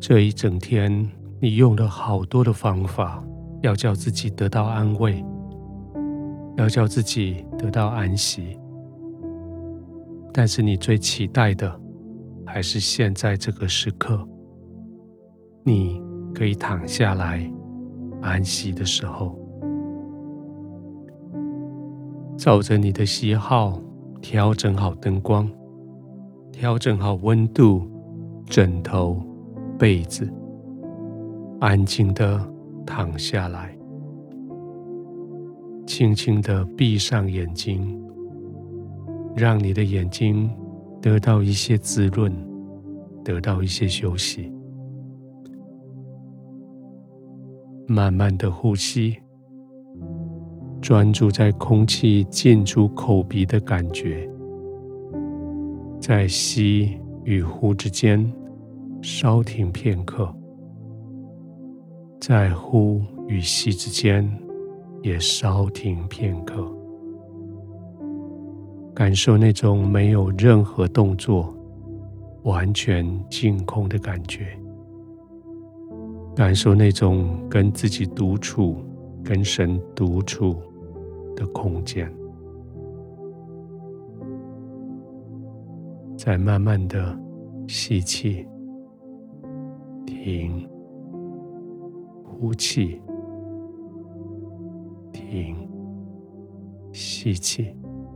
这一整天，你用了好多的方法，要叫自己得到安慰，要叫自己得到安息。但是你最期待的，还是现在这个时刻，你可以躺下来安息的时候，照着你的喜好调整好灯光，调整好温度、枕头、被子，安静地躺下来，轻轻地闭上眼睛，让你的眼睛得到一些滋润，得到一些休息。慢慢的呼吸，专注在空气进出口鼻的感觉，在吸与呼之间稍停片刻，在呼与吸之间也稍停片刻，感受那种没有任何动作，完全净空的感觉，感受那种跟自己独处、跟神独处的空间。再慢慢的吸气，停，呼气，停，吸气。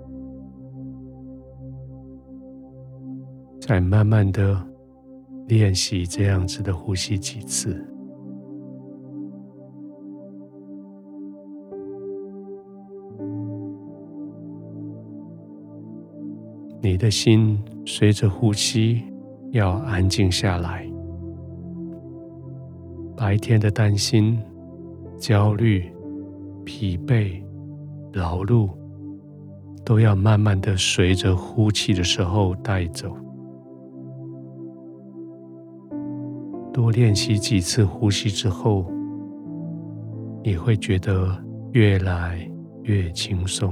再慢慢的练习这样子的呼吸几次。你的心随着呼吸要安静下来，白天的担心、焦虑、疲惫、劳碌，都要慢慢的随着呼气的时候带走。多练习几次呼吸之后，你会觉得越来越轻松。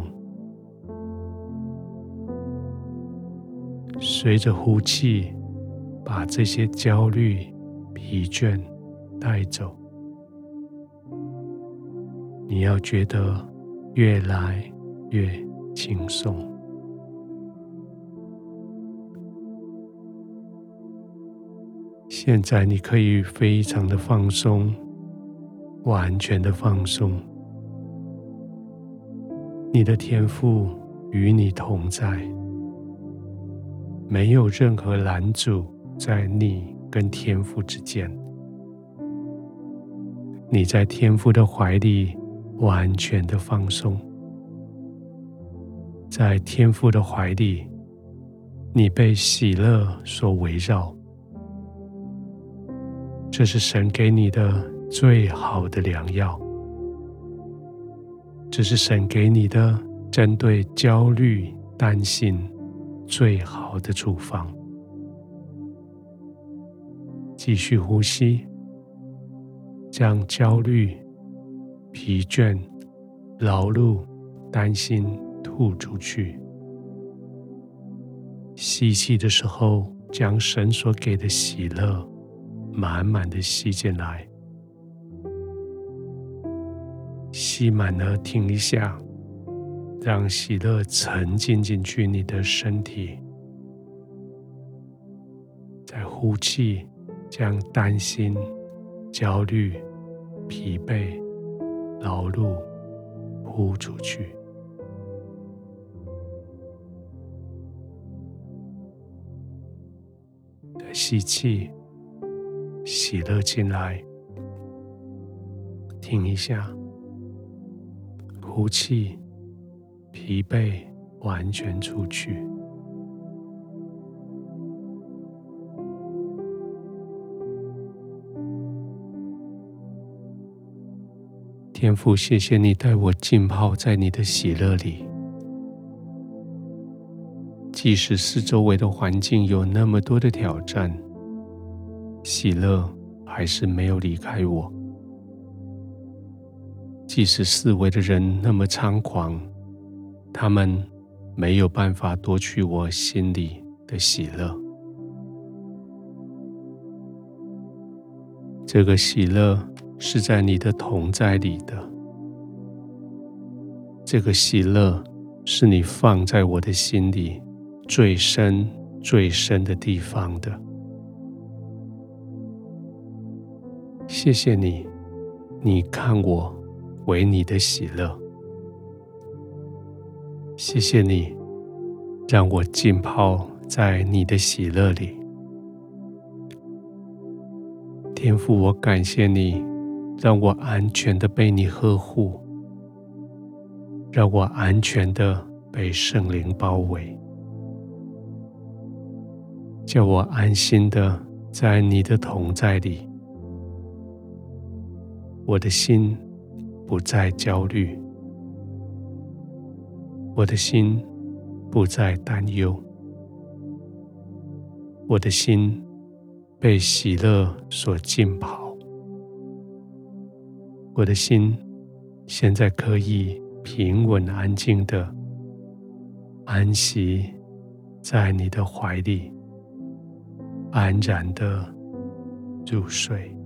随着呼气，把这些焦虑、疲倦带走。你要觉得越来越轻松。现在你可以非常的放松，完全的放松。你的天父与你同在，没有任何拦阻在你跟天父之间。你在天父的怀里完全的放松，在天父的怀里，你被喜乐所围绕。这是神给你的最好的良药，这是神给你的针对焦虑、担心最好的处方。继续呼吸，将焦虑、疲倦、劳碌、担心吐出去。吸气的时候，将神所给的喜乐满满的吸进来。吸满了，停一下，让喜乐沉浸进去你的身体。再呼气，将担心、焦虑、疲惫、劳碌呼出去。再吸气，喜乐进来，停一下，呼气，疲惫完全出去。天父，谢谢你带我浸泡在你的喜乐里，即使四周围的环境有那么多的挑战，喜乐还是没有离开我。即使四围的人那么猖狂，他们没有办法夺取我心里的喜乐。 这个喜乐是在你的同在里的，这个喜乐是你放在我的心里最深最深的地方的。谢谢你，你看我为你的喜乐。谢谢你，让我浸泡在你的喜乐里。天父，我感谢你，让我安全的被你呵护，让我安全的被圣灵包围，叫我安心的在你的同在里。我的心不再焦虑，我的心不再担忧，我的心被喜乐所浸泡，我的心现在可以平稳安静的安息在你的怀里，安然的入睡。